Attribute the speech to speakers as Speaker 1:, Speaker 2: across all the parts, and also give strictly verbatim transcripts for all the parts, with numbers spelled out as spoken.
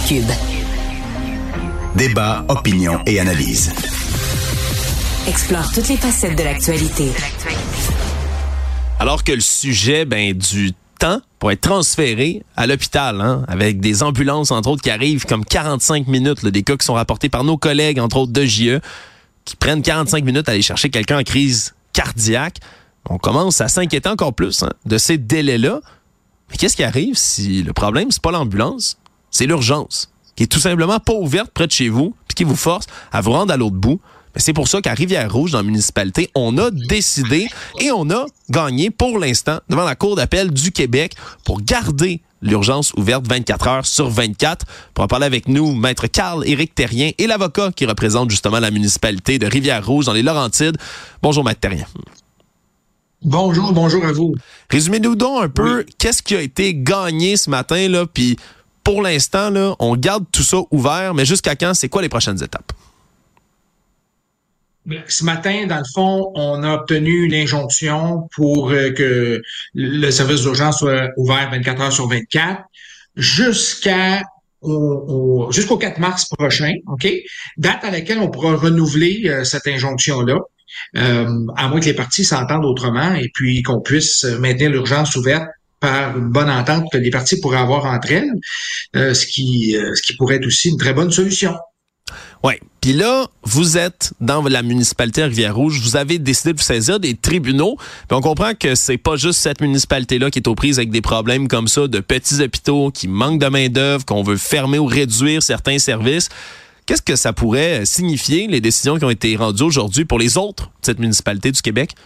Speaker 1: Cube.
Speaker 2: Débat, opinion et analyse.
Speaker 1: Explore toutes les facettes de l'actualité.
Speaker 3: Alors que le sujet ben, du temps pour être transféré à l'hôpital, hein, avec des ambulances, entre autres, qui arrivent comme quarante-cinq minutes, là, des cas qui sont rapportés par nos collègues, entre autres de J E, qui prennent quarante-cinq minutes à aller chercher quelqu'un en crise cardiaque. On commence à s'inquiéter encore plus hein, de ces délais-là. Mais qu'est-ce qui arrive si le problème, c'est pas l'ambulance, c'est l'urgence, qui est tout simplement pas ouverte près de chez vous, puis qui vous force à vous rendre à l'autre bout? Mais c'est pour ça qu'à Rivière-Rouge, dans la municipalité, on a décidé et on a gagné pour l'instant devant la Cour d'appel du Québec pour garder l'urgence ouverte vingt-quatre heures sur vingt-quatre. Pour en parler avec nous, Maître Carl-Éric Therrien et l'avocat qui représente justement la municipalité de Rivière-Rouge dans les Laurentides. Bonjour, Maître Therrien.
Speaker 4: Bonjour, bonjour à vous.
Speaker 3: Résumez-nous donc un peu, oui. Qu'est-ce qui a été gagné ce matin, là, puis pour l'instant, là, on garde tout ça ouvert, mais jusqu'à quand, c'est quoi les prochaines étapes?
Speaker 4: Ce matin, dans le fond, on a obtenu une injonction pour euh, que le service d'urgence soit ouvert vingt-quatre heures sur vingt-quatre jusqu'à au, au, jusqu'au quatre mars prochain, OK? Date à laquelle on pourra renouveler euh, cette injonction-là, euh, à moins que les parties s'entendent autrement et puis qu'on puisse maintenir l'urgence ouverte par une bonne entente que les parties pourraient avoir entre elles, euh, ce qui euh, ce qui pourrait être aussi une très bonne solution.
Speaker 3: Oui. Puis là, vous êtes dans la municipalité de Rivière-Rouge. Vous avez décidé de vous saisir des tribunaux. Puis on comprend que c'est pas juste cette municipalité-là qui est aux prises avec des problèmes comme ça, de petits hôpitaux qui manquent de main-d'œuvre, qu'on veut fermer ou réduire certains services. Qu'est-ce que ça pourrait signifier, les décisions qui ont été rendues aujourd'hui pour les autres de cette municipalité du Québec?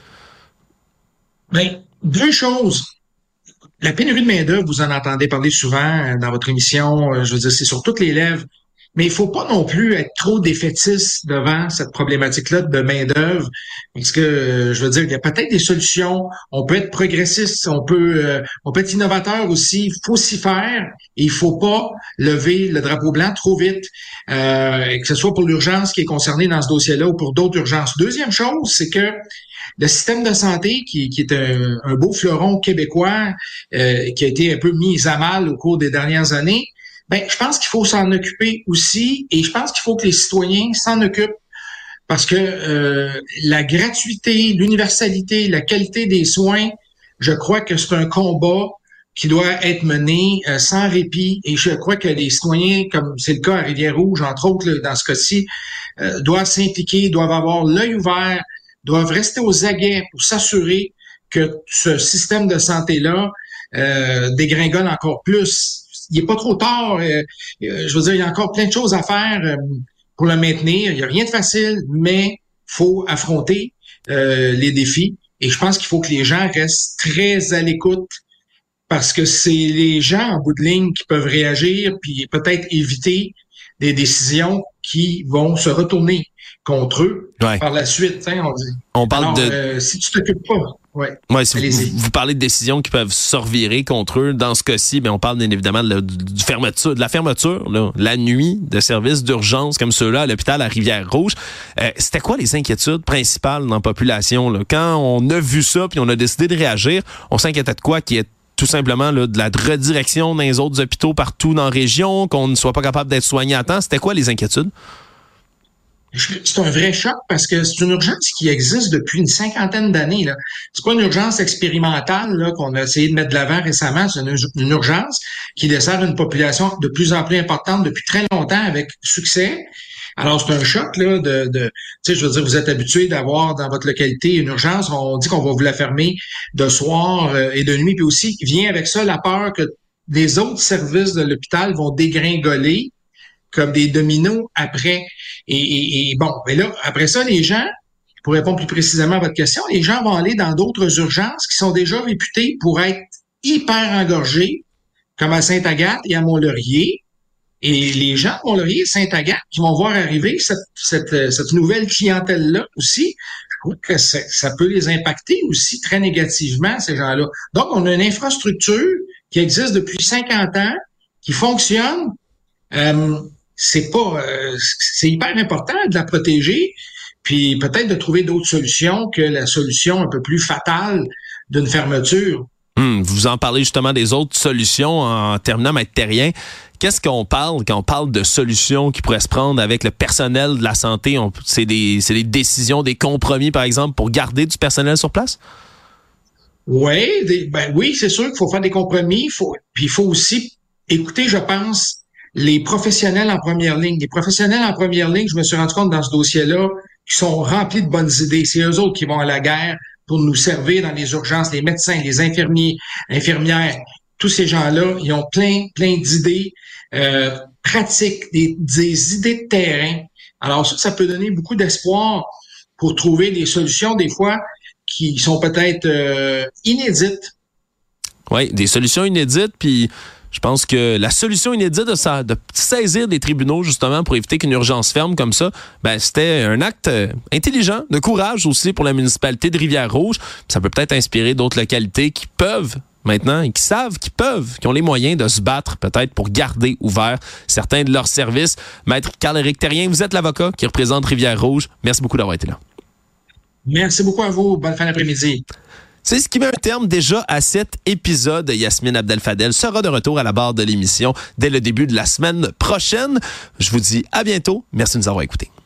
Speaker 4: Bien, deux choses. La pénurie de main-d'œuvre, vous en entendez parler souvent dans votre émission. Je veux dire, c'est sur toutes les lèvres. Mais il faut pas non plus être trop défaitiste devant cette problématique-là de main-d'œuvre, parce que euh, je veux dire, il y a peut-être des solutions. On peut être progressiste, on peut, euh, on peut être innovateur aussi. Il faut s'y faire et il faut pas lever le drapeau blanc trop vite, euh, que ce soit pour l'urgence qui est concernée dans ce dossier-là ou pour d'autres urgences. Deuxième chose, c'est que le système de santé, qui, qui est un, un beau fleuron québécois, euh, qui a été un peu mis à mal au cours des dernières années. Ben, je pense qu'il faut s'en occuper aussi et je pense qu'il faut que les citoyens s'en occupent parce que euh, la gratuité, l'universalité, la qualité des soins, je crois que c'est un combat qui doit être mené euh, sans répit et je crois que les citoyens, comme c'est le cas à Rivière-Rouge, entre autres là, dans ce cas-ci, euh, doivent s'impliquer, doivent avoir l'œil ouvert, doivent rester aux aguets pour s'assurer que ce système de santé-là euh, dégringole encore plus. Il n'est pas trop tard. Euh, euh, je veux dire, il y a encore plein de choses à faire euh, pour le maintenir. Il n'y a rien de facile, mais faut affronter euh, les défis. Et je pense qu'il faut que les gens restent très à l'écoute parce que c'est les gens en bout de ligne qui peuvent réagir puis peut-être éviter des décisions qui vont se retourner contre eux ouais. par la suite. Hein, on dit.
Speaker 3: On parle
Speaker 4: Alors,
Speaker 3: de...
Speaker 4: euh, si tu t'occupes pas... Ouais,
Speaker 3: ouais, si vous, vous parlez de décisions qui peuvent se revirer contre eux. Dans ce cas-ci, bien, on parle bien évidemment de la, de fermeture, de la fermeture là, la nuit de services d'urgence comme ceux-là à l'hôpital à Rivière-Rouge. Euh, c'était quoi les inquiétudes principales dans la population? Là? Quand on a vu ça puis on a décidé de réagir, on s'inquiétait de quoi? Qu'il y ait tout simplement là, de la redirection dans les autres hôpitaux partout dans la région, qu'on ne soit pas capable d'être soigné à temps. C'était quoi les inquiétudes?
Speaker 4: C'est un vrai choc parce que c'est une urgence qui existe depuis une cinquantaine d'années. Là. C'est pas une urgence expérimentale là, qu'on a essayé de mettre de l'avant récemment. C'est une, une urgence qui dessert une population de plus en plus importante depuis très longtemps avec succès. Alors, c'est un choc là de, de tu sais, je veux dire, vous êtes habitué d'avoir dans votre localité une urgence. On dit qu'on va vous la fermer de soir euh, et de nuit. Puis aussi, vient avec ça la peur que les autres services de l'hôpital vont dégringoler comme des dominos après. Et, et, et bon, mais là, après ça, les gens, pour répondre plus précisément à votre question, les gens vont aller dans d'autres urgences qui sont déjà réputées pour être hyper engorgées, comme à Sainte-Agathe et à Mont-Laurier. Et les gens de Mont-Laurier et Sainte-Agathe qui vont voir arriver cette, cette, cette nouvelle clientèle-là aussi, je crois que ça, ça peut les impacter aussi très négativement, ces gens-là. Donc, on a une infrastructure qui existe depuis cinquante ans, qui fonctionne. Euh, c'est pas, euh, c'est hyper important de la protéger, puis peut-être de trouver d'autres solutions que la solution un peu plus fatale d'une fermeture.
Speaker 3: Hum, vous en parlez justement des autres solutions en terminant, Maître Thérien. Qu'est-ce qu'on parle quand on parle de solutions qui pourraient se prendre avec le personnel de la santé? On, c'est des, c'est des décisions, des compromis, par exemple, pour garder du personnel sur place?
Speaker 4: Oui, des, ben oui, c'est sûr qu'il faut faire des compromis. Il faut, puis il faut aussi écouter, je pense, les professionnels en première ligne. Les professionnels en première ligne, je me suis rendu compte dans ce dossier-là, qui sont remplis de bonnes idées. C'est eux autres qui vont à la guerre pour nous servir dans les urgences. Les médecins, les infirmiers, infirmières, tous ces gens-là, ils ont plein, plein d'idées euh, pratiques, des, des idées de terrain. Alors ça, ça peut donner beaucoup d'espoir pour trouver des solutions, des fois, qui sont peut-être euh, inédites.
Speaker 3: Oui, des solutions inédites, puis je pense que la solution inédite de, sa, de saisir des tribunaux, justement, pour éviter qu'une urgence ferme comme ça, ben c'était un acte euh, intelligent, de courage aussi pour la municipalité de Rivière-Rouge. Ça peut peut-être inspirer d'autres localités qui peuvent maintenant et qui savent, qui peuvent, qui ont les moyens de se battre peut-être pour garder ouverts certains de leurs services. Maître Carl-Éric Thérien, vous êtes l'avocat qui représente Rivière-Rouge. Merci beaucoup d'avoir été là.
Speaker 4: Merci beaucoup à vous. Bonne fin d'après-midi.
Speaker 3: C'est ce qui met un terme déjà à cet épisode. Yasmine Abdel-Fadel sera de retour à la barre de l'émission dès le début de la semaine prochaine. Je vous dis à bientôt. Merci de nous avoir écoutés.